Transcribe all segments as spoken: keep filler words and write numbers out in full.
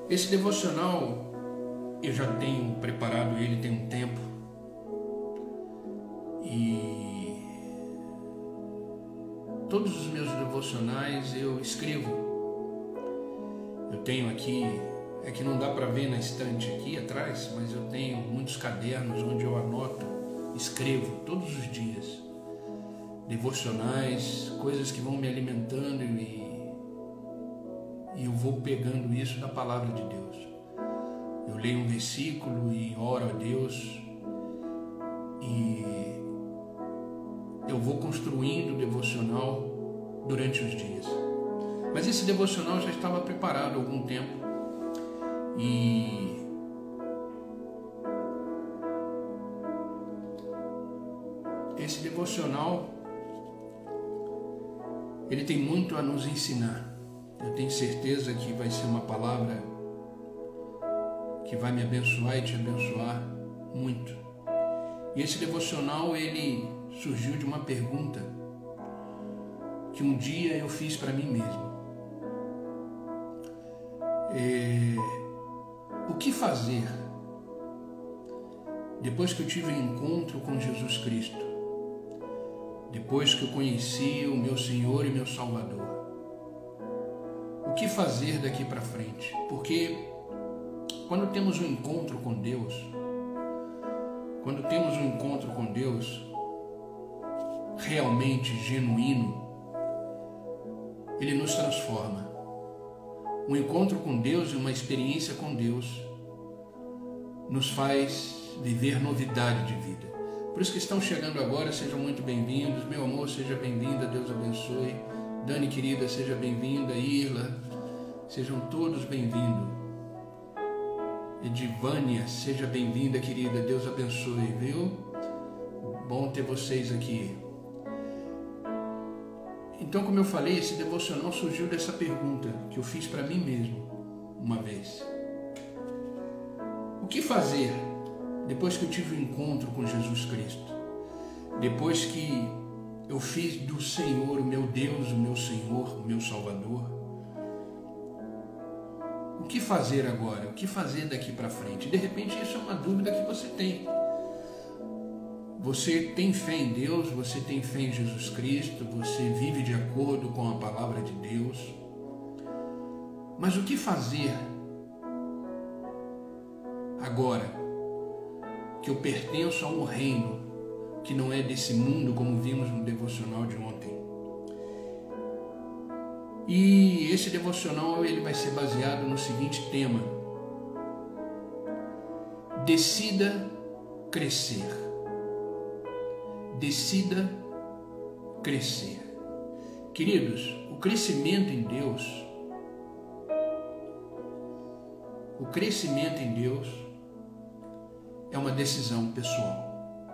Esse devocional, eu já tenho preparado ele tem um tempo. E todos os meus devocionais eu escrevo. Eu tenho aqui, é que não dá para ver na estante aqui atrás, mas eu tenho muitos cadernos onde eu anoto, escrevo todos os dias. Devocionais, coisas que vão me alimentando e, e eu vou pegando isso da palavra de Deus. Eu leio um versículo e oro a Deus e eu vou construindo o devocional durante os dias. Mas esse devocional já estava preparado há algum tempo e esse devocional ele tem muito a nos ensinar. Eu tenho certeza que vai ser uma palavra que vai me abençoar e te abençoar muito. E esse devocional ele surgiu de uma pergunta que um dia eu fiz para mim mesmo. É, o que fazer depois que eu tive um encontro com Jesus Cristo? Depois que eu conheci o meu Senhor e meu Salvador? O que fazer daqui para frente? Porque quando temos um encontro com Deus, quando temos um encontro com Deus realmente genuíno, Ele nos transforma. Um encontro com Deus e uma experiência com Deus nos faz viver novidade de vida. Por isso que estão chegando agora, sejam muito bem-vindos. Meu amor, seja bem-vinda, Deus abençoe. Dani, querida, seja bem-vinda. Irla, sejam todos bem-vindos. Edivânia, seja bem-vinda, querida, Deus abençoe, viu? Bom ter vocês aqui. Então, como eu falei, esse devocional surgiu dessa pergunta que eu fiz para mim mesmo uma vez. O que fazer depois que eu tive um encontro com Jesus Cristo? Depois que eu fiz do Senhor o meu Deus, o meu Senhor, o meu Salvador? O que fazer agora? O que fazer daqui para frente? De repente isso é uma dúvida que você tem. Você tem fé em Deus, você tem fé em Jesus Cristo, você vive de acordo com a palavra de Deus. Mas o que fazer agora que eu pertenço a um reino que não é desse mundo, como vimos no devocional de ontem? E esse devocional ele vai ser baseado no seguinte tema: decida crescer. Decida crescer. Queridos, o crescimento em Deus, o crescimento em Deus é uma decisão pessoal.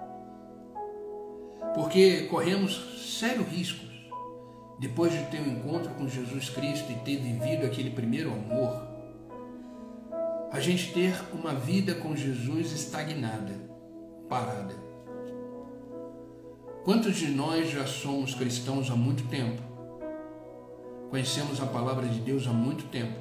Porque corremos sérios riscos, depois de ter um encontro com Jesus Cristo e ter vivido aquele primeiro amor, a gente ter uma vida com Jesus estagnada, parada. Quantos de nós já somos cristãos há muito tempo? Conhecemos a palavra de Deus há muito tempo.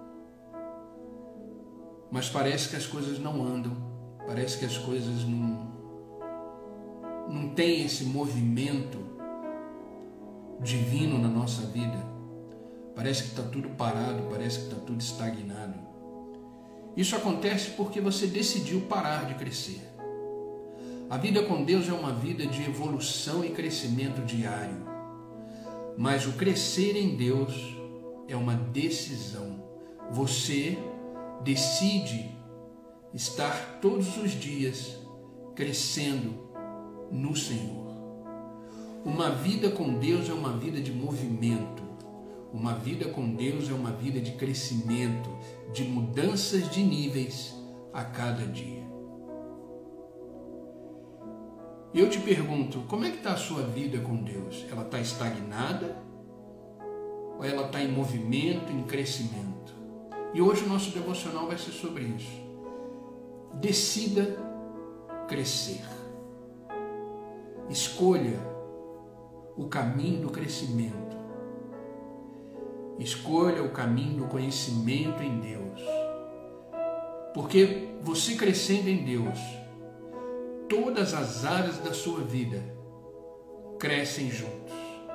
Mas parece que as coisas não andam. Parece que as coisas não, não têm esse movimento divino na nossa vida. Parece que está tudo parado, parece que está tudo estagnado. Isso acontece porque você decidiu parar de crescer. A vida com Deus é uma vida de evolução e crescimento diário. Mas o crescer em Deus é uma decisão. Você decide estar todos os dias crescendo no Senhor. Uma vida com Deus é uma vida de movimento. Uma vida com Deus é uma vida de crescimento, de mudanças de níveis a cada dia. E eu te pergunto, como é que está a sua vida com Deus? Ela está estagnada? Ou ela está em movimento, em crescimento? E hoje o nosso devocional vai ser sobre isso. Decida crescer. Escolha o caminho do crescimento. Escolha o caminho do conhecimento em Deus. Porque você crescendo em Deus, todas as áreas da sua vida crescem juntos.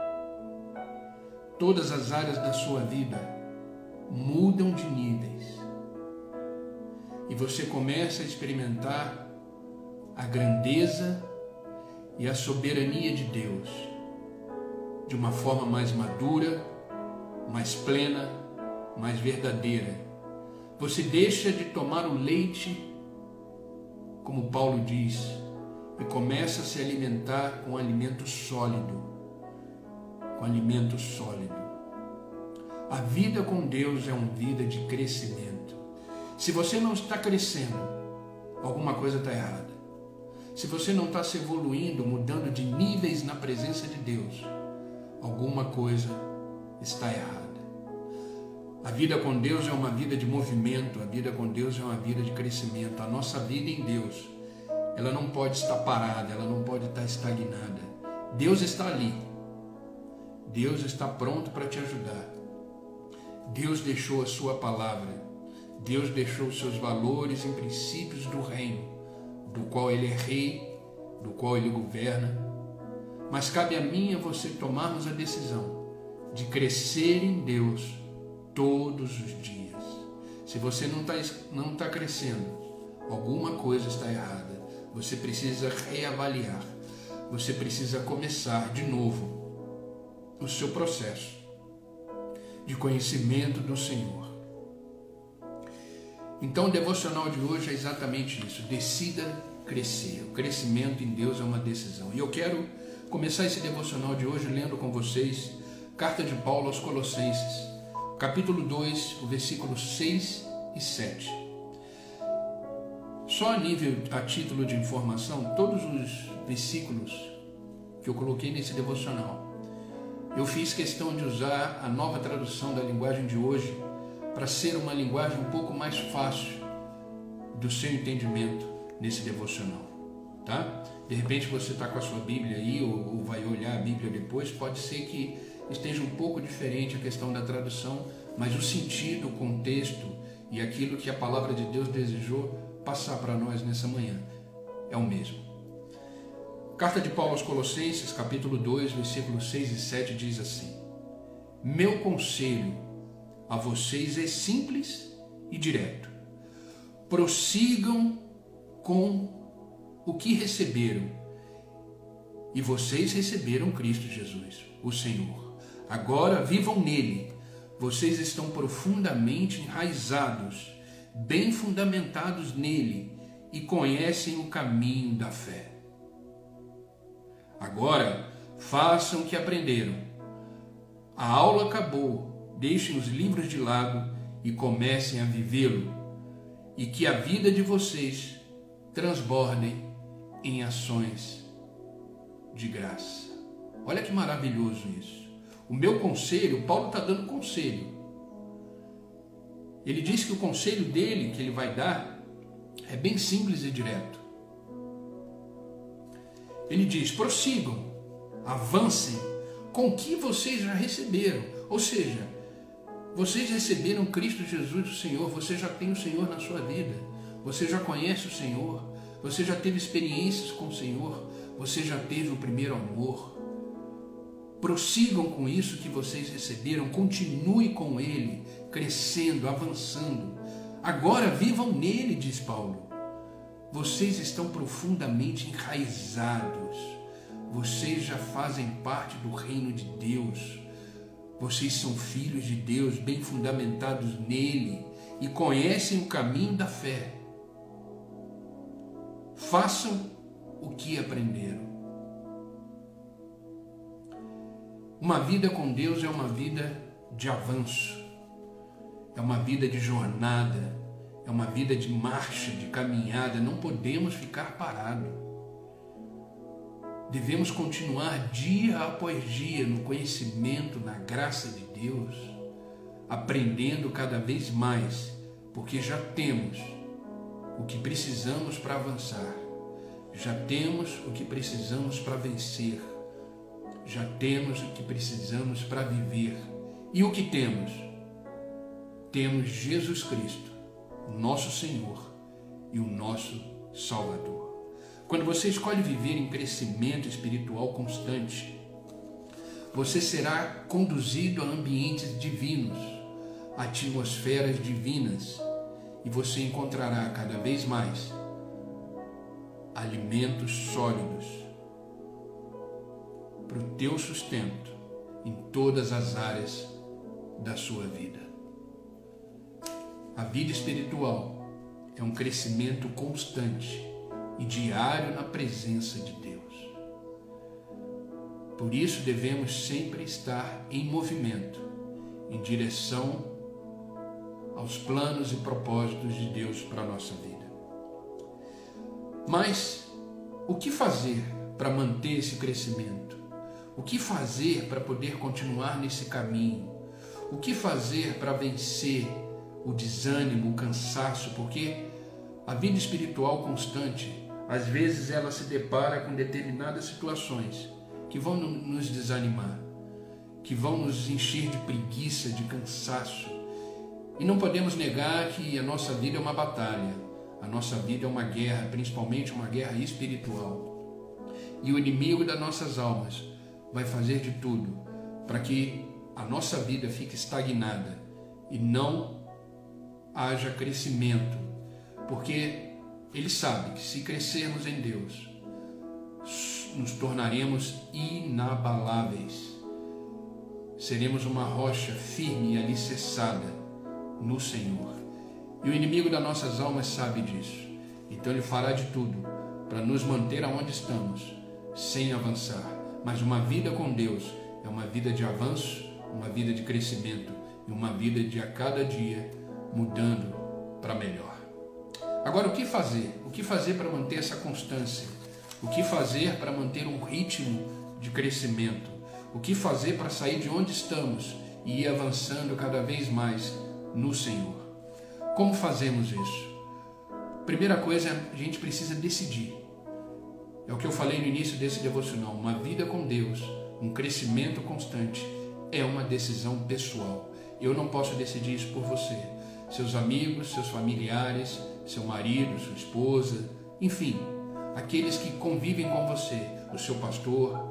Todas as áreas da sua vida mudam de níveis. E você começa a experimentar a grandeza e a soberania de Deus de uma forma mais madura, mais plena, mais verdadeira. Você deixa de tomar o leite, como Paulo diz, e começa a se alimentar com alimento sólido, com alimento sólido. A vida com Deus é uma vida de crescimento. Se você não está crescendo, alguma coisa está errada. Se você não está se evoluindo, mudando de níveis na presença de Deus, alguma coisa está errada. A vida com Deus é uma vida de movimento, a vida com Deus é uma vida de crescimento. A nossa vida em Deus, ela não pode estar parada, ela não pode estar estagnada. Deus está ali. Deus está pronto para te ajudar. Deus deixou a sua palavra. Deus deixou os seus valores e princípios do reino, do qual Ele é rei, do qual Ele governa. Mas cabe a mim e a você tomarmos a decisão de crescer em Deus todos os dias. Se você não está não está crescendo, alguma coisa está errada. Você precisa reavaliar. Você precisa começar de novo o seu processo de conhecimento do Senhor. Então o devocional de hoje é exatamente isso. Decida crescer. O crescimento em Deus é uma decisão. E eu quero começar esse devocional de hoje lendo com vocês Carta de Paulo aos Colossenses, capítulo dois, o versículo seis e sete. Só a nível, a título de informação, todos os versículos que eu coloquei nesse devocional, eu fiz questão de usar a nova tradução da linguagem de hoje para ser uma linguagem um pouco mais fácil do seu entendimento nesse devocional, tá? De repente você está com a sua Bíblia aí ou, ou vai olhar a Bíblia depois, pode ser que esteja um pouco diferente a questão da tradução, mas o sentido, o contexto e aquilo que a palavra de Deus desejou passar para nós nessa manhã é o mesmo. Carta de Paulo aos Colossenses, capítulo dois, versículos seis e sete diz assim: Meu conselho a vocês é simples e direto. Prossigam com o que receberam. E vocês receberam Cristo Jesus, o Senhor. Agora vivam nele. Vocês estão profundamente enraizados, bem fundamentados nele e conhecem o caminho da fé. Agora façam o que aprenderam. A aula acabou. Deixem os livros de lado e comecem a vivê-lo, e que a vida de vocês transbordem em ações de graça. Olha que maravilhoso isso. O meu conselho, Paulo está dando conselho. Ele diz que o conselho dele, que ele vai dar, é bem simples e direto. Ele diz: prossigam, avancem com o que vocês já receberam. Ou seja, vocês receberam Cristo Jesus, o Senhor, você já tem o Senhor na sua vida, você já conhece o Senhor, você já teve experiências com o Senhor, você já teve o primeiro amor. Prossigam com isso que vocês receberam, continue com Ele, crescendo, avançando. Agora vivam nele, diz Paulo. Vocês estão profundamente enraizados, vocês já fazem parte do reino de Deus. Vocês são filhos de Deus, bem fundamentados nele e conhecem o caminho da fé. Façam o que aprenderam. Uma vida com Deus é uma vida de avanço, é uma vida de jornada, é uma vida de marcha, de caminhada. Não podemos ficar parados. Devemos continuar dia após dia no conhecimento, na graça de Deus, aprendendo cada vez mais, porque já temos o que precisamos para avançar, já temos o que precisamos para vencer, já temos o que precisamos para viver. E o que temos? Temos Jesus Cristo, o nosso Senhor e o nosso Salvador. Quando você escolhe viver em crescimento espiritual constante, você será conduzido a ambientes divinos, a atmosferas divinas, e você encontrará cada vez mais alimentos sólidos para o teu sustento em todas as áreas da sua vida. A vida espiritual é um crescimento constante e diário na presença de Deus. Por isso devemos sempre estar em movimento, em direção aos planos e propósitos de Deus para a nossa vida. Mas o que fazer para manter esse crescimento? O que fazer para poder continuar nesse caminho? O que fazer para vencer o desânimo, o cansaço? Porque a vida espiritual constante, às vezes ela se depara com determinadas situações que vão nos desanimar, que vão nos encher de preguiça, de cansaço. E não podemos negar que a nossa vida é uma batalha, a nossa vida é uma guerra, principalmente uma guerra espiritual. E o inimigo das nossas almas vai fazer de tudo para que a nossa vida fique estagnada e não haja crescimento, porque ele sabe que se crescermos em Deus, nos tornaremos inabaláveis, seremos uma rocha firme e alicerçada no Senhor. E o inimigo das nossas almas sabe disso, então ele fará de tudo para nos manter aonde estamos, sem avançar. Mas uma vida com Deus é uma vida de avanço, uma vida de crescimento e uma vida de a cada dia mudando para melhor. Agora, o que fazer? O que fazer para manter essa constância? O que fazer para manter um ritmo de crescimento? O que fazer para sair de onde estamos e ir avançando cada vez mais no Senhor? Como fazemos isso? Primeira coisa, a gente precisa decidir. É o que eu falei no início desse devocional. Uma vida com Deus, um crescimento constante, é uma decisão pessoal. Eu não posso decidir isso por você. Seus amigos, seus familiares, seu marido, sua esposa, enfim, aqueles que convivem com você, o seu pastor,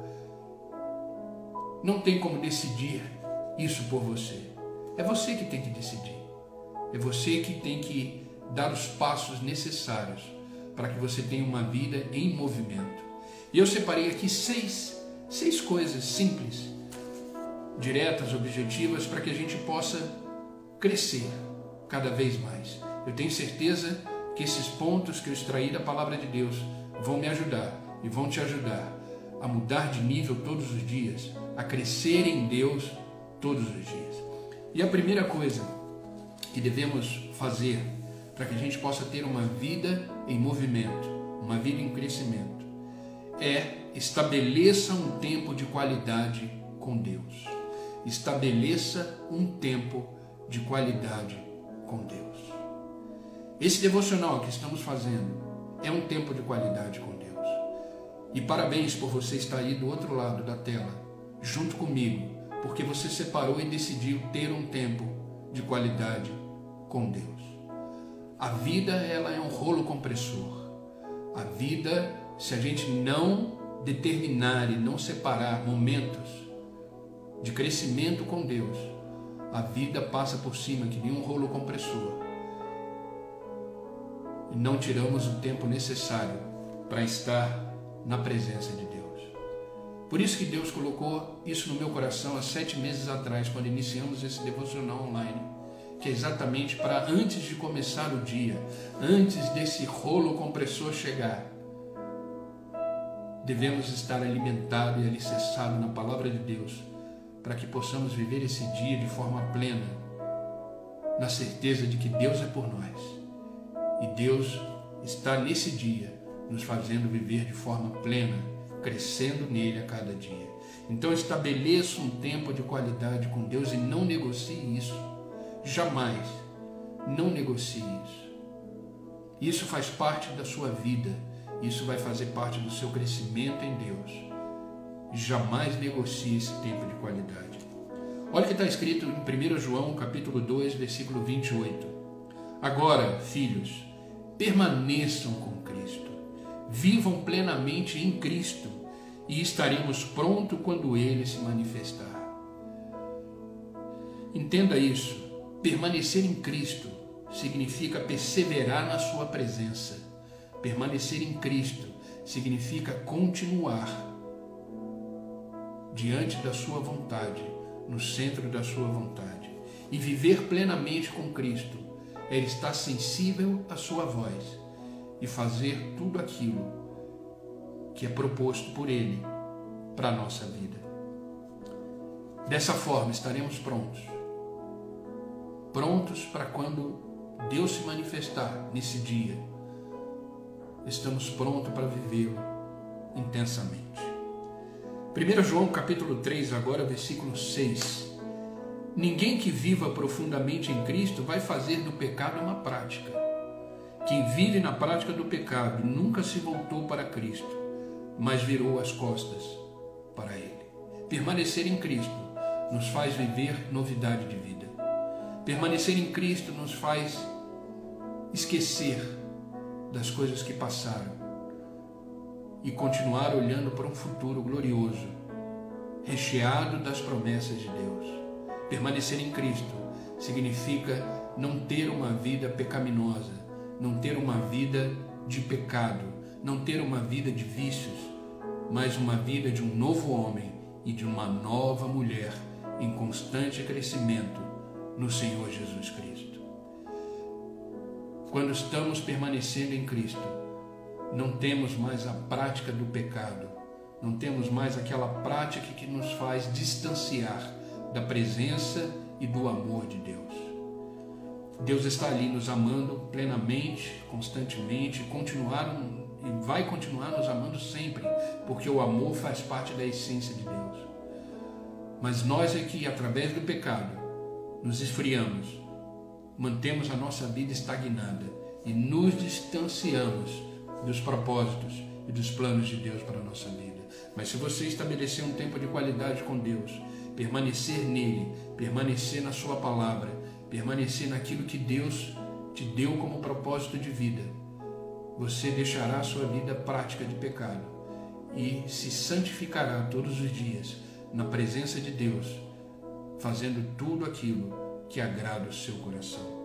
não tem como decidir isso por você. É você que tem que decidir. É você que tem que dar os passos necessários para que você tenha uma vida em movimento. E eu separei aqui seis, seis coisas simples, diretas, objetivas, para que a gente possa crescer cada vez mais. Eu tenho certeza que esses pontos que eu extraí da palavra de Deus vão me ajudar e vão te ajudar a mudar de nível todos os dias, a crescer em Deus todos os dias. E a primeira coisa que devemos fazer para que a gente possa ter uma vida em movimento, uma vida em crescimento, é estabeleça um tempo de qualidade com Deus. Estabeleça um tempo de qualidade com Deus. Esse devocional que estamos fazendo é um tempo de qualidade com Deus. E parabéns por você estar aí do outro lado da tela, junto comigo, porque você separou e decidiu ter um tempo de qualidade com Deus. A vida, ela é um rolo compressor. A vida, se a gente não determinar e não separar momentos de crescimento com Deus, a vida passa por cima que nem um rolo compressor. E não tiramos o tempo necessário para estar na presença de Deus. Por isso que Deus colocou isso no meu coração há sete meses atrás, quando iniciamos esse devocional online, que é exatamente para antes de começar o dia, antes desse rolo compressor chegar, devemos estar alimentados e alicerçados na palavra de Deus, para que possamos viver esse dia de forma plena, na certeza de que Deus é por nós. E Deus está nesse dia nos fazendo viver de forma plena, crescendo nele a cada dia. Então estabeleça um tempo de qualidade com Deus e não negocie isso. Jamais. Não negocie isso. Isso faz parte da sua vida. Isso vai fazer parte do seu crescimento em Deus. Jamais negocie esse tempo de qualidade. Olha o que está escrito em primeiro João, capítulo dois, versículo vinte e oito. Agora, filhos, permaneçam com Cristo, vivam plenamente em Cristo e estaremos prontos quando Ele se manifestar. Entenda isso, permanecer em Cristo significa perseverar na sua presença. Permanecer em Cristo significa continuar diante da sua vontade, no centro da sua vontade. E viver plenamente com Cristo é estar sensível à sua voz e fazer tudo aquilo que é proposto por Ele para a nossa vida. Dessa forma estaremos prontos. Prontos para quando Deus se manifestar nesse dia. Estamos prontos para vivê-lo intensamente. primeiro João capítulo três, agora versículo seis. Ninguém que viva profundamente em Cristo vai fazer do pecado uma prática. Quem vive na prática do pecado nunca se voltou para Cristo, mas virou as costas para Ele. Permanecer em Cristo nos faz viver novidade de vida. Permanecer em Cristo nos faz esquecer das coisas que passaram e continuar olhando para um futuro glorioso, recheado das promessas de Deus. Permanecer em Cristo significa não ter uma vida pecaminosa, não ter uma vida de pecado, não ter uma vida de vícios, mas uma vida de um novo homem e de uma nova mulher em constante crescimento no Senhor Jesus Cristo. Quando estamos permanecendo em Cristo, não temos mais a prática do pecado, não temos mais aquela prática que nos faz distanciar da presença e do amor de Deus. Deus está ali nos amando plenamente, constantemente, continuar, e vai continuar nos amando sempre, porque o amor faz parte da essência de Deus. Mas nós é que, através do pecado, nos esfriamos, mantemos a nossa vida estagnada e nos distanciamos dos propósitos e dos planos de Deus para a nossa vida. Mas se você estabelecer um tempo de qualidade com Deus, permanecer nele, permanecer na sua palavra, permanecer naquilo que Deus te deu como propósito de vida, você deixará a sua vida prática de pecado e se santificará todos os dias na presença de Deus, fazendo tudo aquilo que agrada o seu coração.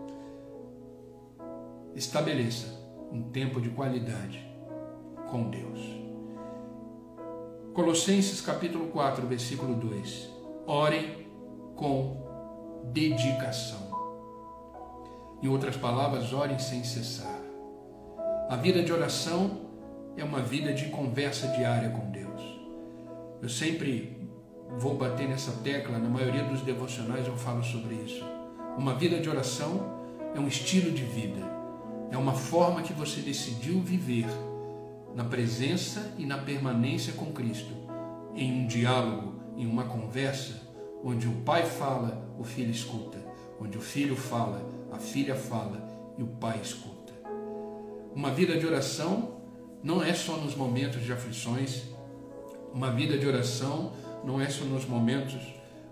Estabeleça um tempo de qualidade com Deus. Colossenses capítulo quatro, versículo dois. Orem com dedicação. Em outras palavras, orem sem cessar. A vida de oração é uma vida de conversa diária com Deus. Eu sempre vou bater nessa tecla, na maioria dos devocionais eu falo sobre isso. Uma vida de oração é um estilo de vida, é uma forma que você decidiu viver na presença e na permanência com Cristo, em um diálogo, em uma conversa, onde o pai fala, o filho escuta, onde o filho fala, a filha fala e o pai escuta. Uma vida de oração não é só nos momentos de aflições, uma vida de oração não é só nos momentos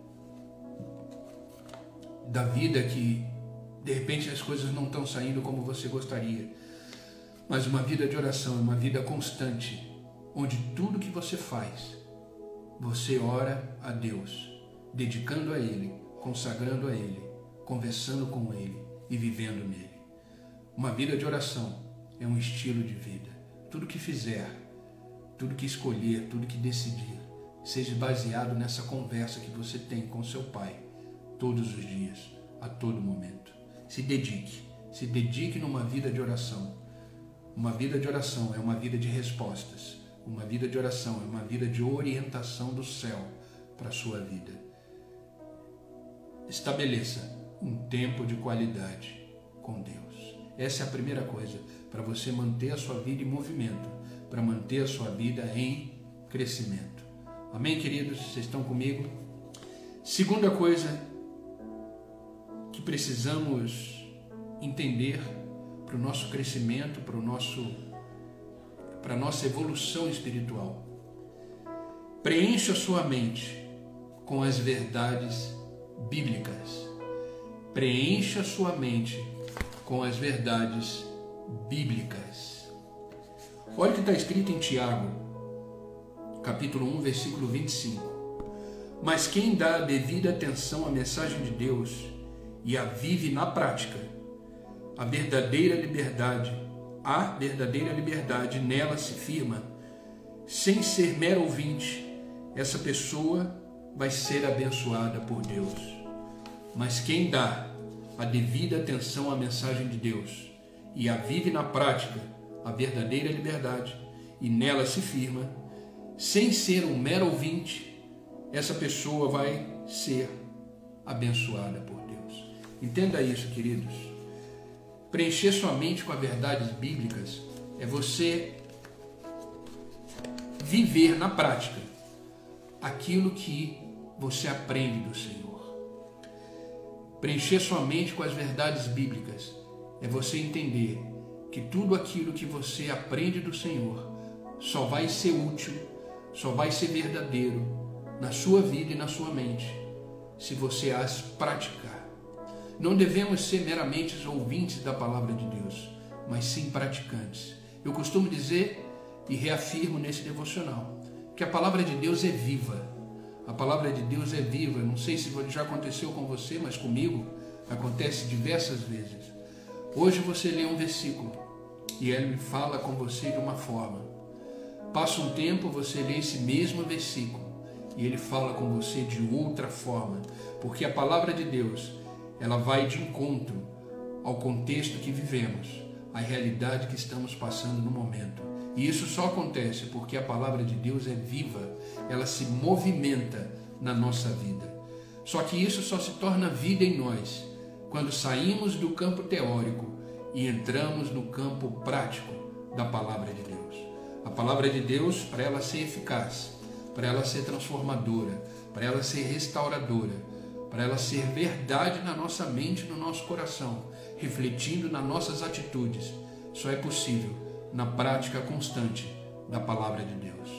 da vida que de repente as coisas não estão saindo como você gostaria, mas uma vida de oração é uma vida constante, onde tudo que você faz, você ora a Deus, dedicando a Ele, consagrando a Ele, conversando com Ele e vivendo nele. Uma vida de oração é um estilo de vida. Tudo que fizer, tudo que escolher, tudo que decidir, seja baseado nessa conversa que você tem com seu Pai, todos os dias, a todo momento. Se dedique, se dedique numa vida de oração. Uma vida de oração é uma vida de respostas. Uma vida de oração é uma vida de orientação do céu para a sua vida. Estabeleça um tempo de qualidade com Deus. Essa é a primeira coisa para você manter a sua vida em movimento, para manter a sua vida em crescimento. Amém, queridos? Vocês estão comigo? Segunda coisa que precisamos entender para o nosso crescimento, para o nosso, para a nossa evolução espiritual. Preencha a sua mente com as verdades bíblicas. Preencha a sua mente com as verdades bíblicas. Olha o que está escrito em Tiago, capítulo um, versículo vinte e cinco. Mas quem dá a devida atenção à mensagem de Deus e a vive na prática, a verdadeira liberdade, a verdadeira liberdade nela se firma, sem ser mero ouvinte, essa pessoa vai ser abençoada por Deus. Mas quem dá a devida atenção à mensagem de Deus e a vive na prática, a verdadeira liberdade, e nela se firma, sem ser um mero ouvinte, essa pessoa vai ser abençoada por Deus. Entenda isso, queridos. Preencher sua mente com as verdades bíblicas é você viver na prática aquilo que você aprende do Senhor. Preencher sua mente com as verdades bíblicas é você entender que tudo aquilo que você aprende do Senhor só vai ser útil, só vai ser verdadeiro na sua vida e na sua mente, se você as praticar. Não devemos ser meramente ouvintes da palavra de Deus, mas sim praticantes. Eu costumo dizer e reafirmo nesse devocional que a palavra de Deus é viva. A palavra de Deus é viva. Não sei se já aconteceu com você, mas comigo acontece diversas vezes. Hoje você lê um versículo e ele fala com você de uma forma. Passa um tempo, você lê esse mesmo versículo e ele fala com você de outra forma, porque a palavra de Deus, ela vai de encontro ao contexto que vivemos, à realidade que estamos passando no momento. E isso só acontece porque a palavra de Deus é viva, ela se movimenta na nossa vida. Só que isso só se torna vida em nós quando saímos do campo teórico e entramos no campo prático da palavra de Deus. A palavra de Deus, para ela ser eficaz, para ela ser transformadora, para ela ser restauradora, para ela ser verdade na nossa mente e no nosso coração, refletindo nas nossas atitudes, só é possível na prática constante da palavra de Deus.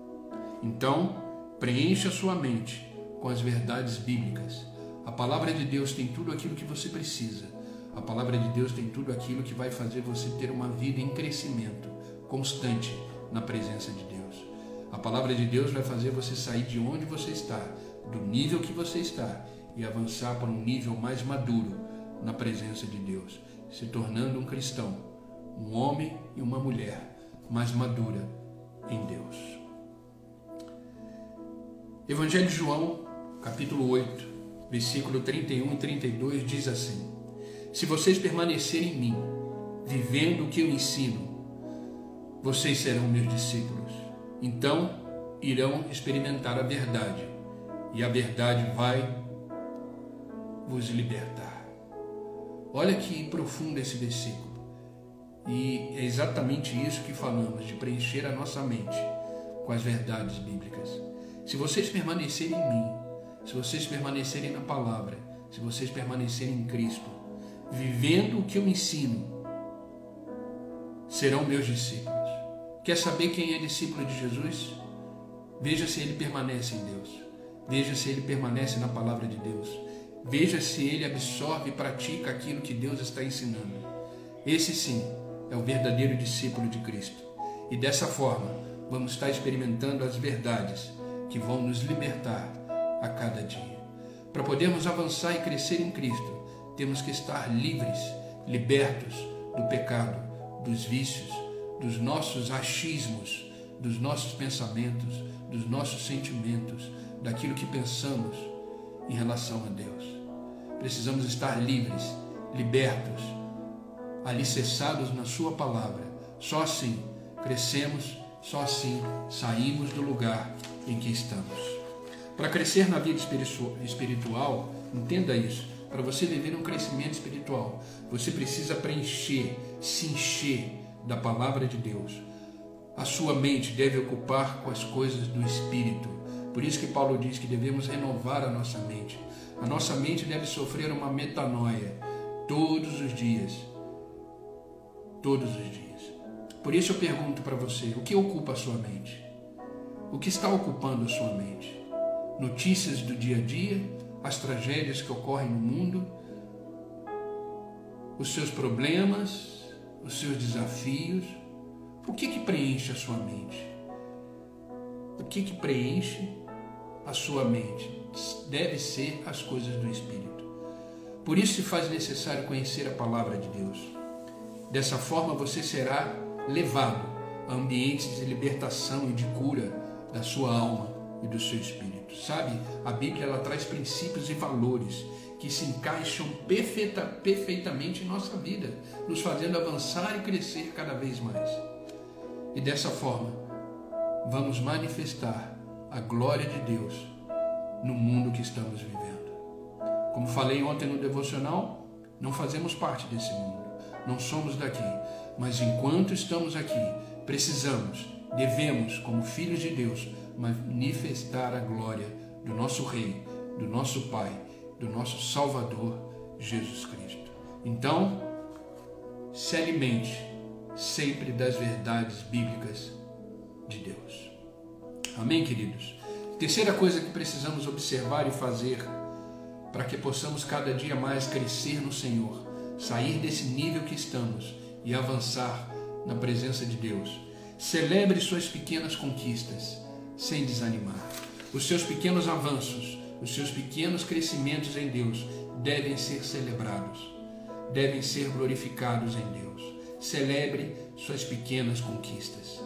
Então, preencha sua mente com as verdades bíblicas. A palavra de Deus tem tudo aquilo que você precisa. A palavra de Deus tem tudo aquilo que vai fazer você ter uma vida em crescimento constante na presença de Deus. A palavra de Deus vai fazer você sair de onde você está, do nível que você está, e avançar para um nível mais maduro na presença de Deus, se tornando um cristão, um homem e uma mulher mais madura em Deus. Evangelho de João, capítulo oito, versículo trinta e um e trinta e dois diz assim: se vocês permanecerem em mim, vivendo o que eu ensino, vocês serão meus discípulos. Então irão experimentar a verdade, e a verdade vai vos libertar. Olha que profundo esse versículo. E é exatamente isso que falamos, de preencher a nossa mente com as verdades bíblicas. Se vocês permanecerem em mim, se vocês permanecerem na palavra, se vocês permanecerem em Cristo, vivendo o que eu ensino, serão meus discípulos. Quer saber quem é discípulo de Jesus? Veja se ele permanece em Deus. Veja se ele permanece na palavra de Deus. Veja se ele absorve e pratica aquilo que Deus está ensinando. Esse sim é o verdadeiro discípulo de Cristo. E dessa forma, vamos estar experimentando as verdades que vão nos libertar a cada dia. Para podermos avançar e crescer em Cristo, temos que estar livres, libertos do pecado, dos vícios, dos nossos achismos, dos nossos pensamentos, dos nossos sentimentos, daquilo que pensamos em relação a Deus. Precisamos estar livres, libertos, alicerçados na sua palavra. Só assim crescemos, só assim saímos do lugar em que estamos. Para crescer na vida espiritual, entenda isso, para você viver um crescimento espiritual, você precisa preencher, se encher da palavra de Deus. A sua mente deve ocupar com as coisas do Espírito. Por isso que Paulo diz que devemos renovar a nossa mente. A nossa mente deve sofrer uma metanoia todos os dias. Todos os dias. Por isso eu pergunto para você, o que ocupa a sua mente? O que está ocupando a sua mente? Notícias do dia a dia? As tragédias que ocorrem no mundo? os seus problemas, os seus desafios. O que que preenche a sua mente? O que que preenche a sua mente? Deve ser as coisas do Espírito. Por isso se faz necessário conhecer a palavra de Deus. Dessa forma você será levado a ambientes de libertação e de cura da sua alma e do seu espírito. Sabe, a Bíblia ela traz princípios e valores que se encaixam perfeita, perfeitamente em nossa vida, nos fazendo avançar e crescer cada vez mais. E dessa forma, vamos manifestar a glória de Deus no mundo que estamos vivendo. Como falei ontem no devocional, não fazemos parte desse mundo, não somos daqui, mas enquanto estamos aqui, precisamos, devemos, como filhos de Deus, manifestar a glória do nosso Rei, do nosso Pai, do nosso Salvador, Jesus Cristo. Então, se alimente sempre das verdades bíblicas de Deus. Amém, queridos? Terceira coisa que precisamos observar e fazer para que possamos cada dia mais crescer no Senhor, sair desse nível que estamos e avançar na presença de Deus. Celebre suas pequenas conquistas sem desanimar. Os seus pequenos avanços, os seus pequenos crescimentos em Deus devem ser celebrados, devem ser glorificados em Deus. Celebre suas pequenas conquistas.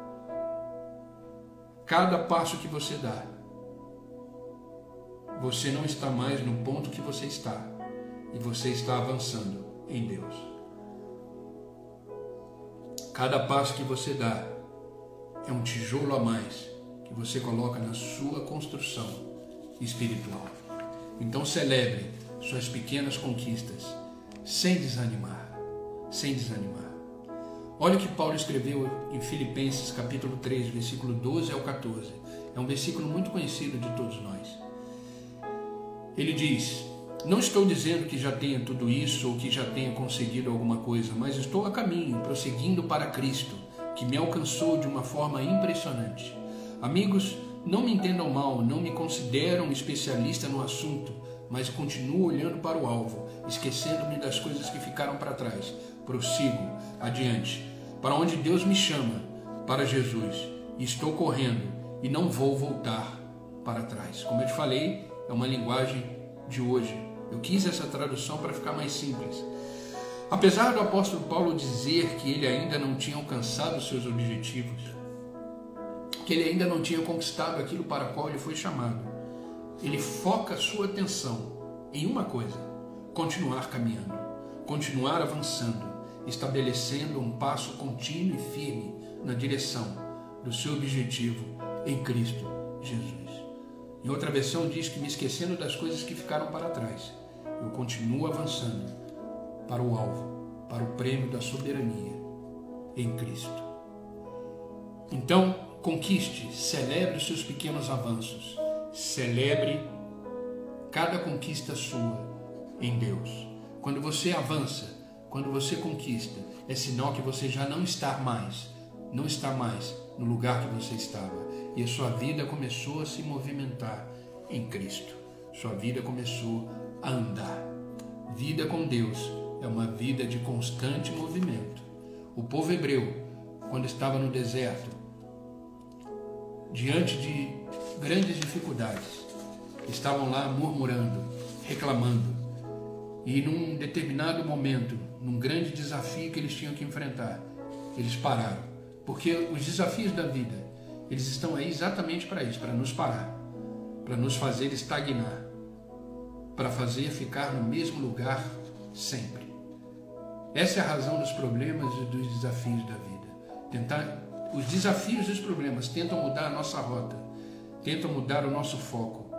Cada passo que você dá, você não está mais no ponto que você está, e você está avançando em Deus. Cada passo que você dá é um tijolo a mais que você coloca na sua construção espiritual. Então celebre suas pequenas conquistas sem desanimar, sem desanimar. Olha o que Paulo escreveu em Filipenses capítulo três, versículo doze ao quatorze. É um versículo muito conhecido de todos nós. Ele diz: não estou dizendo que já tenha tudo isso ou que já tenha conseguido alguma coisa, mas estou a caminho, prosseguindo para Cristo, que me alcançou de uma forma impressionante. Amigos, não me entendam mal, não me considero um especialista no assunto, mas continuo olhando para o alvo, esquecendo-me das coisas que ficaram para trás. Prossigo adiante, para onde Deus me chama, para Jesus, e estou correndo e não vou voltar para trás. Como eu te falei, é uma linguagem de hoje. Eu quis essa tradução para ficar mais simples. Apesar do apóstolo Paulo dizer que ele ainda não tinha alcançado os seus objetivos, que ele ainda não tinha conquistado aquilo para o qual ele foi chamado, ele foca a sua atenção em uma coisa: continuar caminhando, continuar avançando, estabelecendo um passo contínuo e firme na direção do seu objetivo em Cristo Jesus. Em outra versão diz que, me esquecendo das coisas que ficaram para trás, eu continuo avançando para o alvo, para o prêmio da soberania em Cristo. Então, conquiste, celebre os seus pequenos avanços, celebre cada conquista sua em Deus. Quando você avança, quando você conquista, é sinal que você já não está mais, não está mais no lugar que você estava. E a sua vida começou a se movimentar em Cristo. Sua vida começou a andar. Vida com Deus é uma vida de constante movimento. O povo hebreu, quando estava no deserto, diante de grandes dificuldades, estavam lá murmurando, reclamando. E num determinado momento, num grande desafio que eles tinham que enfrentar, eles pararam. Porque os desafios da vida, eles estão aí exatamente para isso, para nos parar, para nos fazer estagnar, para fazer ficar no mesmo lugar sempre. Essa é a razão dos problemas e dos desafios da vida. Tentar, os desafios e os problemas tentam mudar a nossa rota, tentam mudar o nosso foco.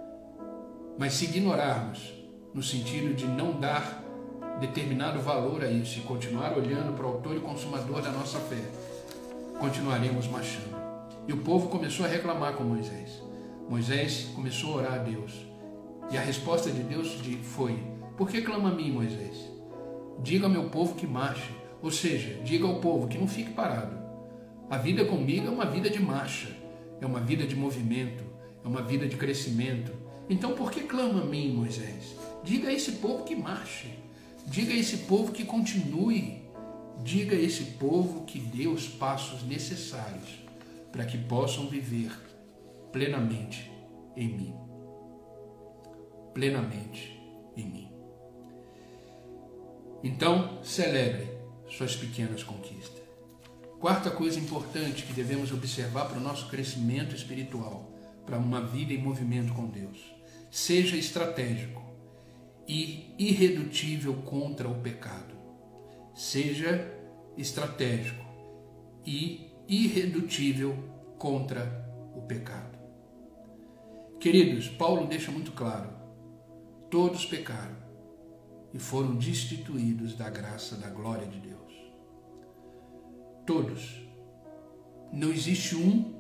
Mas se ignorarmos, no sentido de não dar determinado valor a isso e continuar olhando para o autor e consumador da nossa fé, continuaremos marchando. E o povo começou a reclamar com Moisés. Moisés começou a orar a Deus. E a resposta de Deus foi: por que clama a mim, Moisés? Diga ao meu povo que marche. Ou seja, diga ao povo que não fique parado. A vida comigo é uma vida de marcha, é uma vida de movimento, é uma vida de crescimento. Então por que clama a mim, Moisés? Diga a esse povo que marche. Diga a esse povo que continue. Diga a esse povo que dê os passos necessários para que possam viver plenamente em mim. Plenamente em mim. Então, celebre suas pequenas conquistas. Quarta coisa importante que devemos observar para o nosso crescimento espiritual, para uma vida em movimento com Deus. Seja estratégico e irredutível contra o pecado. Seja estratégico e irredutível contra o pecado. Queridos, Paulo deixa muito claro: todos pecaram e foram destituídos da graça, da glória de Deus. Todos. Não existe um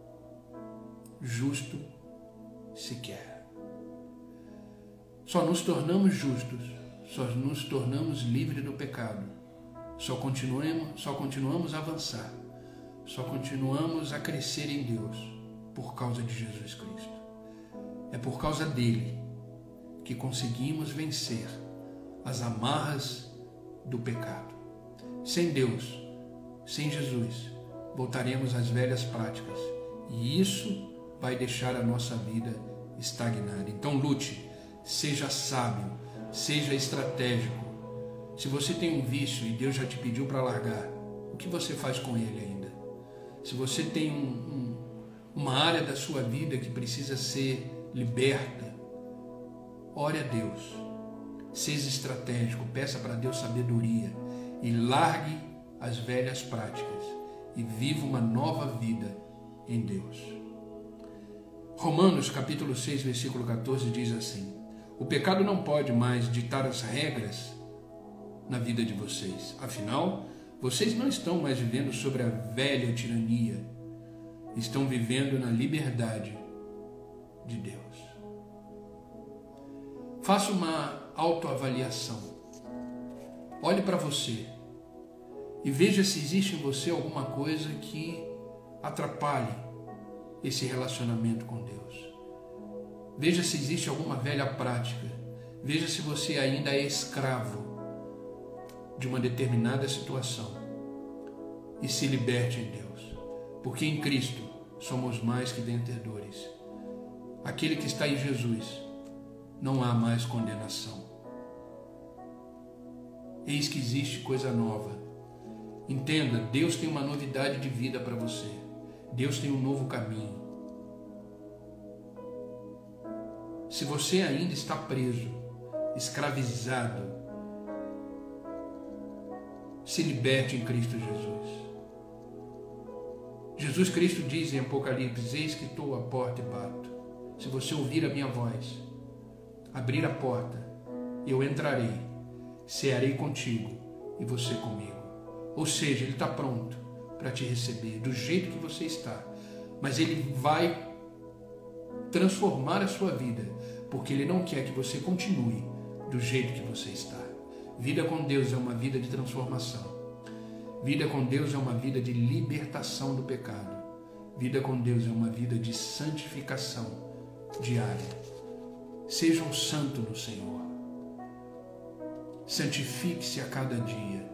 justo sequer. Só nos tornamos justos, só nos tornamos livres do pecado, só continuamos, só continuamos a avançar, só continuamos a crescer em Deus por causa de Jesus Cristo. É por causa dele que conseguimos vencer as amarras do pecado. Sem Deus, sem Jesus, voltaremos às velhas práticas e isso vai deixar a nossa vida estagnada. Então lute, seja sábio, seja estratégico. Se você tem um vício e Deus já te pediu para largar, o que você faz com ele ainda? Se você tem um, um, uma área da sua vida que precisa ser liberta, ore a Deus, seja estratégico, peça para Deus sabedoria e largue as velhas práticas e viva uma nova vida em Deus. Romanos capítulo seis, versículo catorze diz assim: o pecado não pode mais ditar as regras na vida de vocês. Afinal, vocês não estão mais vivendo sobre a velha tirania, estão vivendo na liberdade de Deus. Faça uma autoavaliação. Olhe para você e veja se existe em você alguma coisa que atrapalhe esse relacionamento com Deus. Veja se existe alguma velha prática. Veja se você ainda é escravo de uma determinada situação e se liberte em Deus, porque em Cristo somos mais que vencedores. Aquele que está em Jesus, não há mais condenação. Eis que existe coisa nova. Entenda, Deus tem uma novidade de vida para você. Deus tem um novo caminho. Se você ainda está preso, escravizado, se liberte em Cristo Jesus. Jesus Cristo diz em Apocalipse: eis que estou à porta e bato. Se você ouvir a minha voz, abrir a porta, eu entrarei, cearei contigo e você comigo. Ou seja, Ele está pronto para te receber do jeito que você está, mas Ele vai transformar a sua vida, porque Ele não quer que você continue do jeito que você está. Vida com Deus é uma vida de transformação. Vida com Deus é uma vida de libertação do pecado. Vida com Deus é uma vida de santificação diária. Seja um santo no Senhor. Santifique-se a cada dia.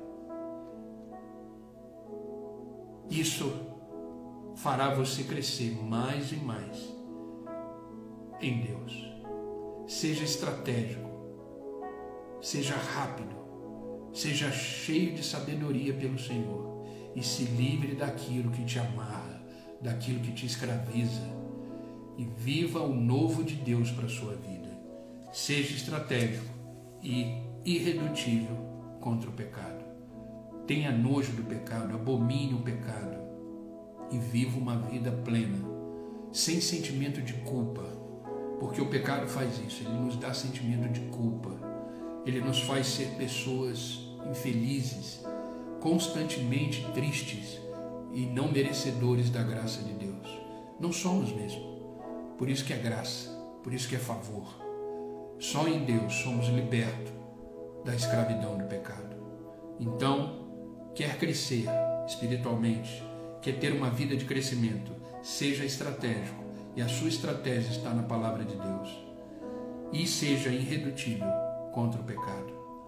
Isso fará você crescer mais e mais em Deus. Seja estratégico. Seja rápido. Seja cheio de sabedoria pelo Senhor e se livre daquilo que te amarra, daquilo que te escraviza, e viva o novo de Deus para a sua vida. Seja estratégico e irredutível contra o pecado. Tenha nojo do pecado, abomine o pecado e viva uma vida plena, sem sentimento de culpa, porque o pecado faz isso, ele nos dá sentimento de culpa. Ele nos faz ser pessoas infelizes, constantemente tristes e não merecedores da graça de Deus. Não somos mesmo. Por isso que é graça, por isso que é favor. Só em Deus somos libertos da escravidão do pecado. Então, quer crescer espiritualmente, quer ter uma vida de crescimento, seja estratégico, e a sua estratégia está na palavra de Deus. E seja irredutível contra o pecado.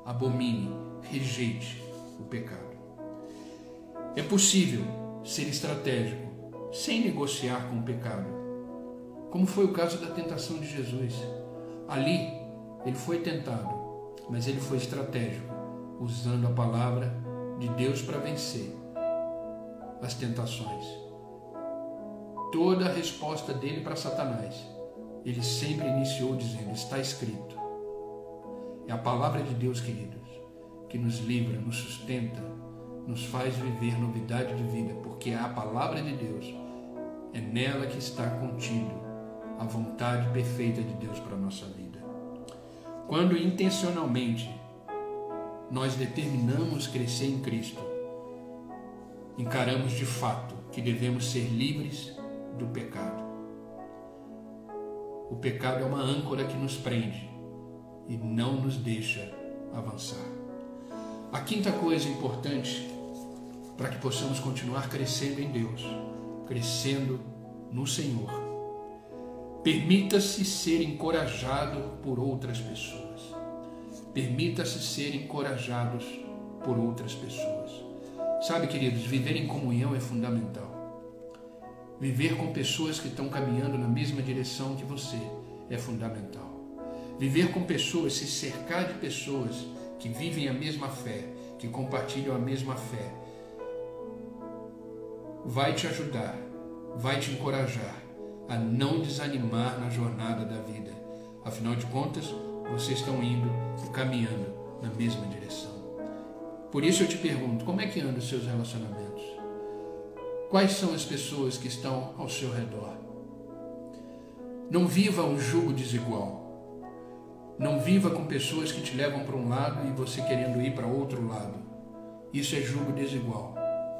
abomine, rejeite o pecado. É possível ser estratégico sem negociar com o pecado, como foi o caso da tentação de Jesus. Ali, ele foi tentado, mas ele foi estratégico, usando a palavra de Deus para vencer as tentações. Toda a resposta dele para Satanás, ele sempre iniciou dizendo: está escrito. É a palavra de Deus, queridos, que nos livra, nos sustenta, nos faz viver novidade de vida, porque é a palavra de Deus, é nela que está contido a vontade perfeita de Deus para a nossa vida. Quando intencionalmente nós determinamos crescer em Cristo, encaramos de fato que devemos ser livres do pecado. O pecado é uma âncora que nos prende e não nos deixa avançar. A quinta coisa importante para que possamos continuar crescendo em Deus, crescendo no Senhor: permita-se ser encorajado por outras pessoas. Permita-se ser encorajados por outras pessoas. Sabe, queridos, viver em comunhão é fundamental. Viver com pessoas que estão caminhando na mesma direção que você é fundamental. Viver com pessoas, se cercar de pessoas que vivem a mesma fé, que compartilham a mesma fé, vai te ajudar, vai te encorajar a não desanimar na jornada da vida. Afinal de contas, vocês estão indo e caminhando na mesma direção. Por isso eu te pergunto, como é que andam os seus relacionamentos? Quais são as pessoas que estão ao seu redor? Não viva um jugo desigual. Não viva com pessoas que te levam para um lado e você querendo ir para outro lado. Isso é jugo desigual.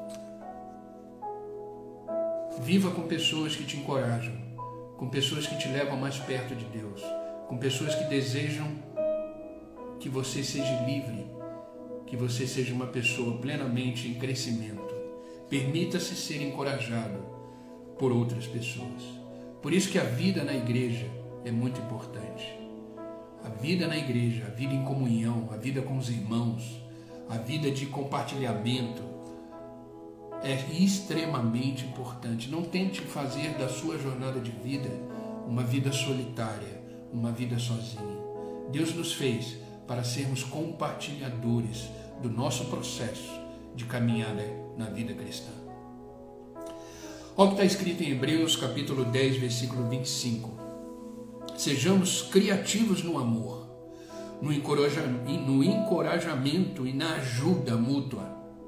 Viva com pessoas que te encorajam, com pessoas que te levam mais perto de Deus, com pessoas que desejam que você seja livre, que você seja uma pessoa plenamente em crescimento. Permita-se ser encorajado por outras pessoas. Por isso que a vida na igreja é muito importante. A vida na igreja, a vida em comunhão, a vida com os irmãos, a vida de compartilhamento é extremamente importante. Não tente fazer da sua jornada de vida uma vida solitária, uma vida sozinha. Deus nos fez para sermos compartilhadores do nosso processo de caminhada na vida cristã. Olha o que está escrito em Hebreus capítulo dez, versículo vinte e cinco. Sejamos criativos no amor, no encorajamento e na ajuda mútua.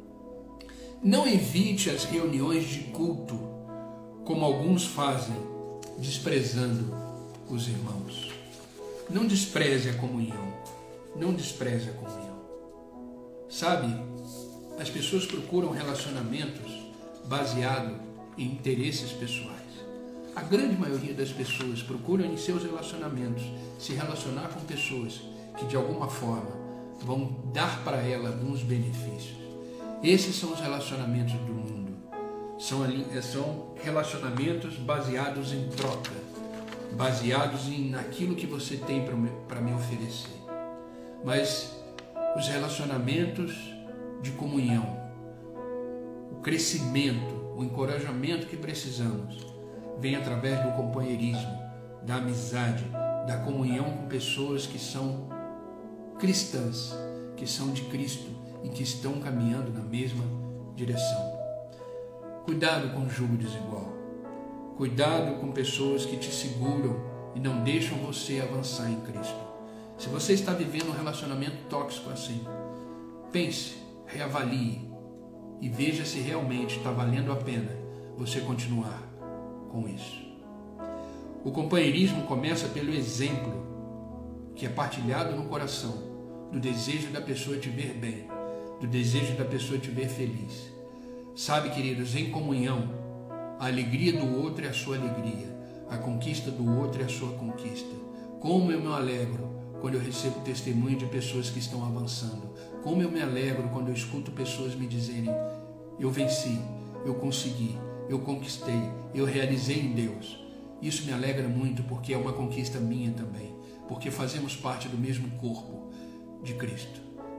Não evite as reuniões de culto, como alguns fazem, desprezando os irmãos. Não despreze a comunhão. Não despreze a comunhão. Sabe, as pessoas procuram relacionamentos baseados em interesses pessoais. A grande maioria das pessoas procuram em seus relacionamentos se relacionar com pessoas que de alguma forma vão dar para ela alguns benefícios. Esses são os relacionamentos do mundo. São, são relacionamentos baseados em troca, baseados em naquilo que você tem para me oferecer. Mas os relacionamentos de comunhão, o crescimento, o encorajamento que precisamos, vem através do companheirismo, da amizade, da comunhão com pessoas que são cristãs, que são de Cristo e que estão caminhando na mesma direção. Cuidado com o jugo desigual. Cuidado com pessoas que te seguram e não deixam você avançar em Cristo. Se você está vivendo um relacionamento tóxico assim, pense, reavalie e veja se realmente está valendo a pena você continuar com isso. O companheirismo começa pelo exemplo que é partilhado no coração, do desejo da pessoa te ver bem, do desejo da pessoa te ver feliz. Sabe, queridos, em comunhão, a alegria do outro é a sua alegria, a conquista do outro é a sua conquista. Como eu me alegro quando eu recebo testemunho de pessoas que estão avançando. Como eu me alegro quando eu escuto pessoas me dizerem: eu venci, eu consegui, eu conquistei, eu realizei em Deus. Isso me alegra muito porque é uma conquista minha também, porque fazemos parte do mesmo corpo de Cristo.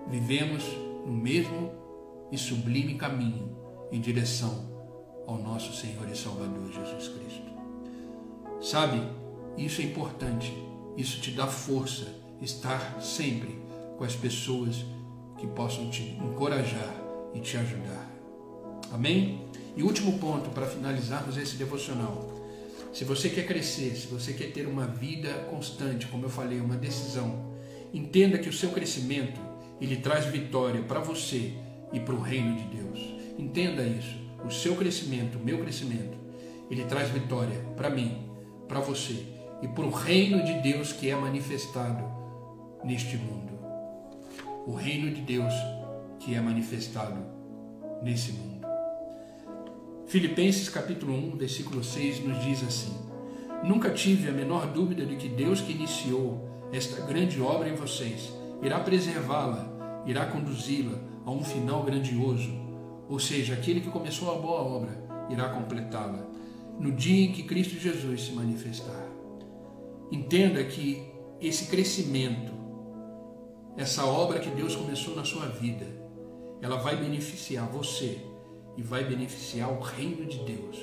vivemos no mesmo e sublime caminho em direção ao nosso Senhor e Salvador Jesus Cristo. Sabe, isso é importante, isso te dá força, estar sempre com as pessoas que possam te encorajar e te ajudar. Amém? E último ponto para finalizarmos esse devocional. Se você quer crescer, se você quer ter uma vida constante, como eu falei, uma decisão, entenda que o seu crescimento, ele traz vitória para você e para o reino de Deus. Entenda isso. O seu crescimento, o meu crescimento, ele traz vitória para mim, para você e para o reino de Deus que é manifestado neste mundo. O reino de Deus que é manifestado nesse mundo. Filipenses capítulo um, versículo seis nos diz assim: nunca tive a menor dúvida de que Deus que iniciou esta grande obra em vocês irá preservá-la, irá conduzi-la a um final grandioso, ou seja, aquele que começou a boa obra irá completá-la no dia em que Cristo Jesus se manifestar. Entenda que esse crescimento, essa obra que Deus começou na sua vida, ela vai beneficiar você e vai beneficiar o reino de Deus.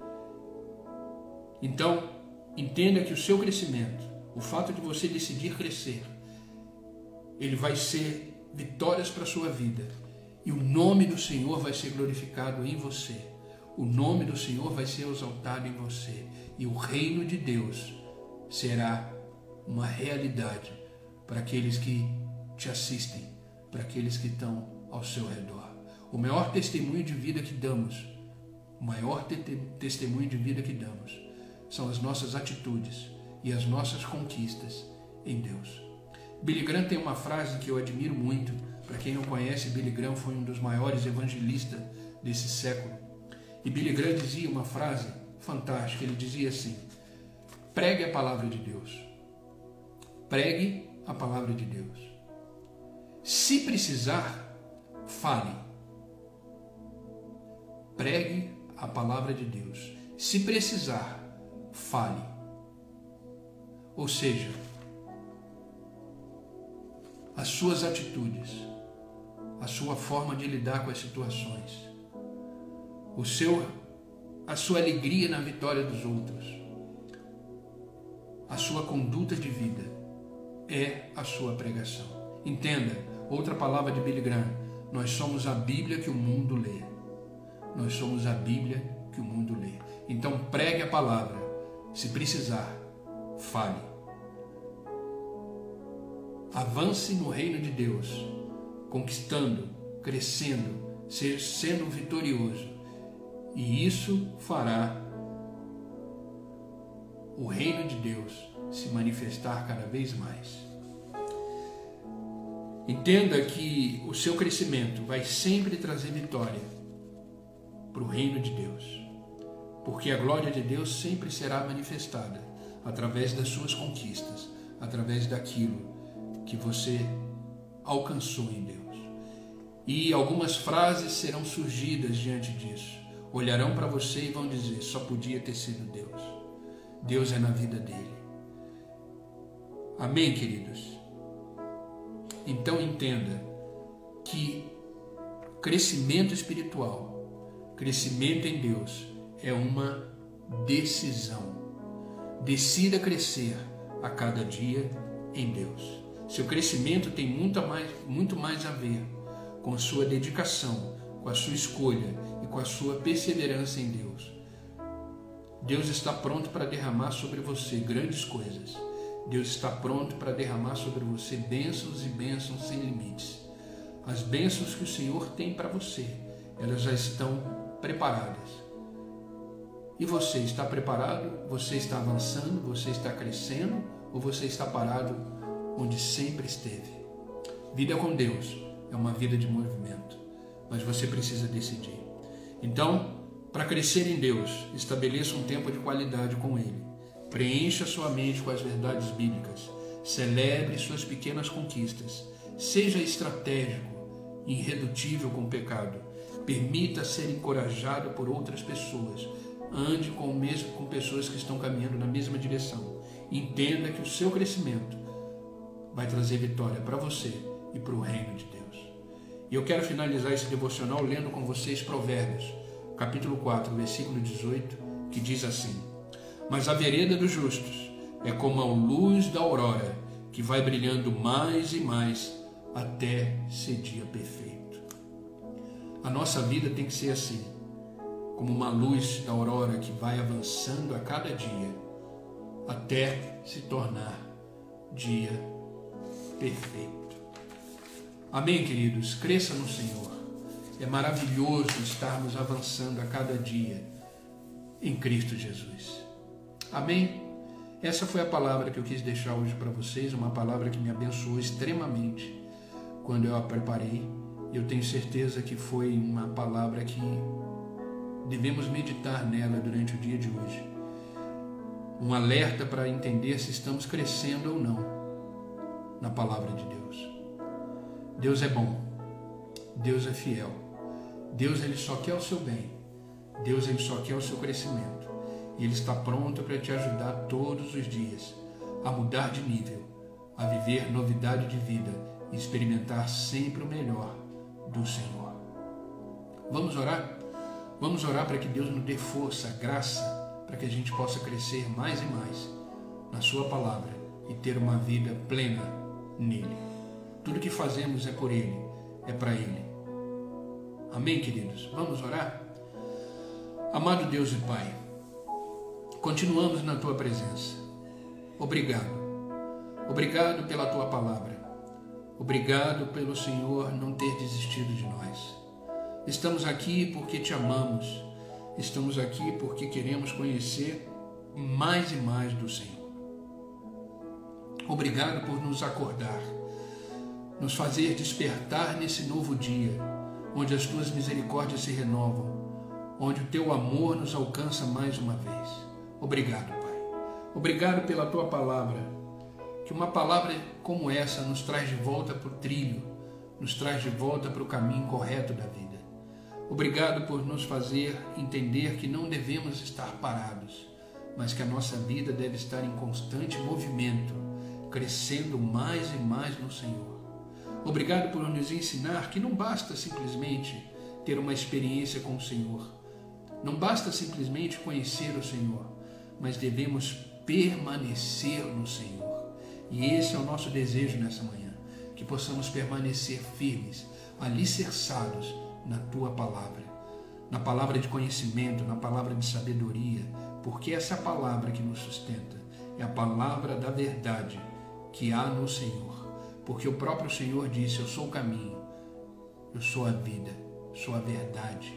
Então, entenda que o seu crescimento, o fato de você decidir crescer, ele vai ser vitórias para a sua vida. E o nome do Senhor vai ser glorificado em você. O nome do Senhor vai ser exaltado em você. E o reino de Deus será uma realidade para aqueles que te assistem, para aqueles que estão ao seu redor. O maior testemunho de vida que damos, o maior te- testemunho de vida que damos, são as nossas atitudes e as nossas conquistas em Deus. Billy Graham tem uma frase que eu admiro muito. Para quem não conhece, Billy Graham foi um dos maiores evangelistas desse século. E Billy Graham dizia uma frase fantástica. Ele dizia assim: pregue a palavra de Deus. Pregue a palavra de Deus. Se precisar, fale. Pregue a palavra de Deus. Se precisar, fale. Ou seja, as suas atitudes, a sua forma de lidar com as situações, o seu, a sua alegria na vitória dos outros, a sua conduta de vida é a sua pregação. Entenda, outra palavra de Billy Graham: nós somos a Bíblia que o mundo lê. Nós somos a Bíblia que o mundo lê. Então pregue a palavra. Se precisar, fale. Avance no reino de Deus, conquistando, crescendo, sendo vitorioso. E isso fará o reino de Deus se manifestar cada vez mais. Entenda que o seu crescimento vai sempre trazer vitória para o reino de Deus, porque a glória de Deus sempre será manifestada através das suas conquistas, através daquilo que você alcançou em Deus. E algumas frases serão surgidas diante disso. Olharão para você e vão dizer: só podia ter sido Deus. Deus é na vida dele. Amém, queridos? Então entenda que crescimento espiritual, crescimento em Deus é uma decisão. Decida crescer a cada dia em Deus. Seu crescimento tem muito mais, muito mais a ver com a sua dedicação, com a sua escolha e com a sua perseverança em Deus. Deus está pronto para derramar sobre você grandes coisas. Deus está pronto para derramar sobre você bênçãos e bênçãos sem limites. As bênçãos que o Senhor tem para você, elas já estão preparadas. E você está preparado? Você está avançando? Você está crescendo? Ou você está parado onde sempre esteve? Vida com Deus é uma vida de movimento, mas você precisa decidir. Então, para crescer em Deus, estabeleça um tempo de qualidade com Ele. Preencha sua mente com as verdades bíblicas. Celebre suas pequenas conquistas. Seja estratégico e irredutível com o pecado. Permita ser encorajado por outras pessoas. Ande com, o mesmo, com pessoas que estão caminhando na mesma direção. Entenda que o seu crescimento vai trazer vitória para você e para o reino de Deus. E eu quero finalizar esse devocional lendo com vocês Provérbios, capítulo quatro, versículo dezoito, que diz assim: mas a vereda dos justos é como a luz da aurora, que vai brilhando mais e mais até ser dia perfeito. A nossa vida tem que ser assim, como uma luz da aurora que vai avançando a cada dia até se tornar dia perfeito. Amém, queridos? Cresça no Senhor. É maravilhoso estarmos avançando a cada dia em Cristo Jesus. Amém? Essa foi a palavra que eu quis deixar hoje para vocês, uma palavra que me abençoou extremamente quando eu a preparei. Eu tenho certeza que foi uma palavra que devemos meditar nela durante o dia de hoje. Um alerta para entender se estamos crescendo ou não na palavra de Deus. Deus é bom. Deus é fiel. Deus, ele só quer o seu bem. Deus, ele só quer o seu crescimento. E ele está pronto para te ajudar todos os dias a mudar de nível, a viver novidade de vida e experimentar sempre o melhor do Senhor. Vamos orar? Vamos orar para que Deus nos dê força, graça, para que a gente possa crescer mais e mais na sua palavra e ter uma vida plena nele. Tudo que fazemos é por ele, é para ele. Amém, queridos? Vamos orar? Amado Deus e Pai, continuamos na tua presença. Obrigado. Obrigado pela tua palavra. Obrigado pelo Senhor não ter desistido de nós. Estamos aqui porque te amamos. Estamos aqui porque queremos conhecer mais e mais do Senhor. Obrigado por nos acordar, nos fazer despertar nesse novo dia, onde as tuas misericórdias se renovam, onde o teu amor nos alcança mais uma vez. Obrigado, Pai. Obrigado pela tua palavra, que uma palavra como essa nos traz de volta para o trilho, nos traz de volta para o caminho correto da vida. Obrigado por nos fazer entender que não devemos estar parados, mas que a nossa vida deve estar em constante movimento, crescendo mais e mais no Senhor. Obrigado por nos ensinar que não basta simplesmente ter uma experiência com o Senhor, não basta simplesmente conhecer o Senhor, mas devemos permanecer no Senhor. E esse é o nosso desejo nessa manhã, que possamos permanecer firmes, alicerçados na tua palavra, na palavra de conhecimento, na palavra de sabedoria, porque essa é a palavra que nos sustenta, é a palavra da verdade que há no Senhor, porque o próprio Senhor disse: eu sou o caminho, eu sou a vida, sou a verdade.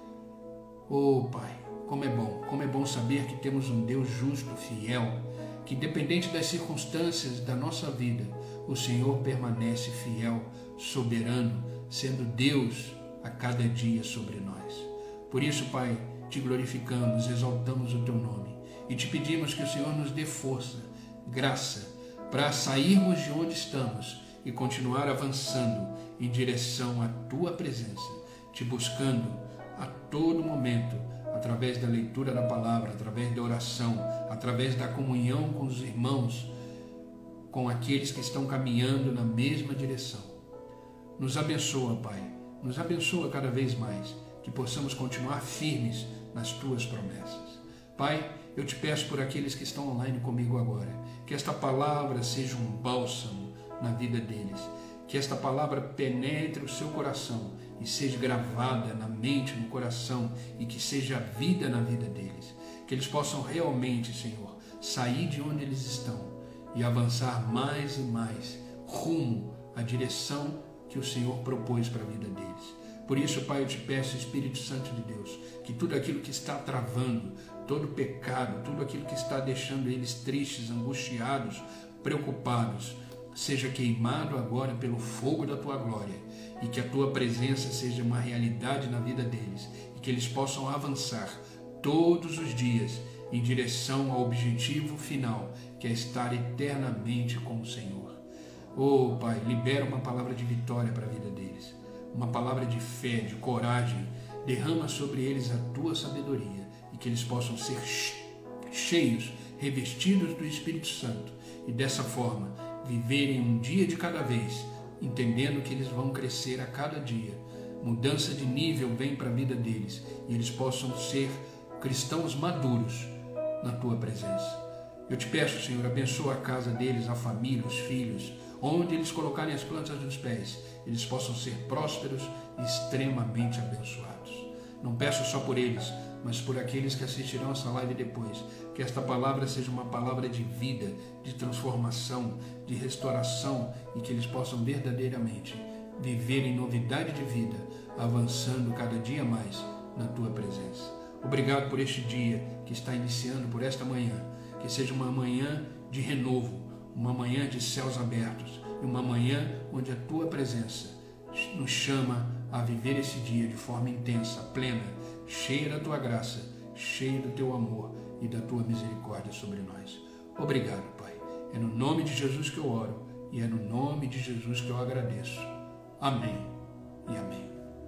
Oh Pai, como é bom, como é bom saber que temos um Deus justo, fiel, que independente das circunstâncias da nossa vida, o Senhor permanece fiel, soberano, sendo Deus a cada dia sobre nós. Por isso, Pai, te glorificamos, exaltamos o teu nome e te pedimos que o Senhor nos dê força, graça, para sairmos de onde estamos e continuar avançando em direção à tua presença, te buscando a todo momento, através da leitura da palavra, através da oração, através da comunhão com os irmãos, com aqueles que estão caminhando na mesma direção. Nos abençoa, Pai, nos abençoa cada vez mais, que possamos continuar firmes nas tuas promessas. Pai, eu te peço por aqueles que estão online comigo agora, que esta palavra seja um bálsamo na vida deles, que esta palavra penetre o seu coração e seja gravada na mente, no coração, e que seja vida na vida deles, que eles possam realmente, Senhor, sair de onde eles estão e avançar mais e mais rumo à direção que o Senhor propôs para a vida deles. Por isso, Pai, eu te peço, Espírito Santo de Deus, que tudo aquilo que está travando, todo pecado, tudo aquilo que está deixando eles tristes, angustiados, preocupados, seja queimado agora pelo fogo da tua glória, e que a tua presença seja uma realidade na vida deles, e que eles possam avançar todos os dias em direção ao objetivo final, que é estar eternamente com o Senhor. Oh, Pai, libera uma palavra de vitória para a vida deles, uma palavra de fé, de coragem. Derrama sobre eles a tua sabedoria e que eles possam ser cheios, revestidos do Espírito Santo e dessa forma viverem um dia de cada vez entendendo que eles vão crescer a cada dia. Mudança de nível vem para a vida deles e eles possam ser cristãos maduros na tua presença. Eu te peço, Senhor, abençoa a casa deles, a família, os filhos, onde eles colocarem as plantas dos pés, eles possam ser prósperos e extremamente abençoados. Não peço só por eles, mas por aqueles que assistirão essa live depois, que esta palavra seja uma palavra de vida, de transformação, de restauração e que eles possam verdadeiramente viver em novidade de vida, avançando cada dia mais na tua presença. Obrigado por este dia que está iniciando, por esta manhã, que seja uma manhã de renovo, uma manhã de céus abertos e uma manhã onde a tua presença nos chama a viver esse dia de forma intensa, plena, cheia da tua graça, cheia do teu amor e da tua misericórdia sobre nós. Obrigado, Pai. É no nome de Jesus que eu oro e é no nome de Jesus que eu agradeço. Amém e amém.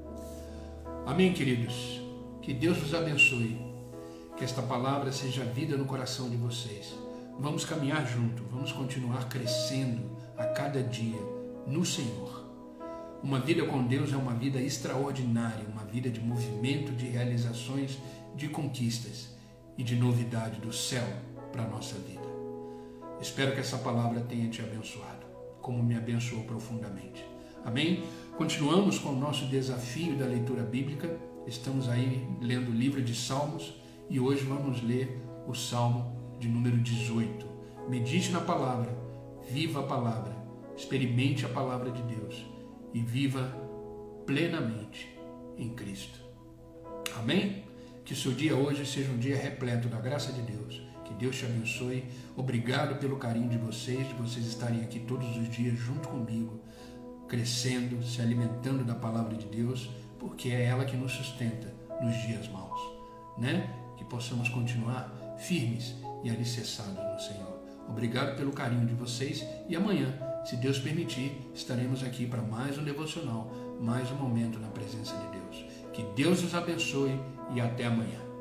Amém, queridos. Que Deus vos abençoe. Que esta palavra seja vida no coração de vocês. Vamos caminhar junto, vamos continuar crescendo a cada dia no Senhor. Uma vida com Deus é uma vida extraordinária, uma vida de movimento, de realizações, de conquistas e de novidade do céu para a nossa vida. Espero que essa palavra tenha te abençoado, como me abençoou profundamente. Amém? Continuamos com o nosso desafio da leitura bíblica. Estamos aí lendo o livro de Salmos e hoje vamos ler o Salmo de número dezoito. Medite na palavra, viva a palavra, experimente a palavra de Deus e viva plenamente em Cristo. Amém? Que o seu dia hoje seja um dia repleto da graça de Deus. Que Deus te abençoe. Obrigado pelo carinho de vocês, de vocês estarem aqui todos os dias junto comigo, crescendo, se alimentando da palavra de Deus, porque é ela que nos sustenta nos dias maus, né? Que possamos continuar firmes e alicerçados no Senhor. Obrigado pelo carinho de vocês e amanhã, se Deus permitir, estaremos aqui para mais um devocional, mais um momento na presença de Deus. Que Deus os abençoe e até amanhã.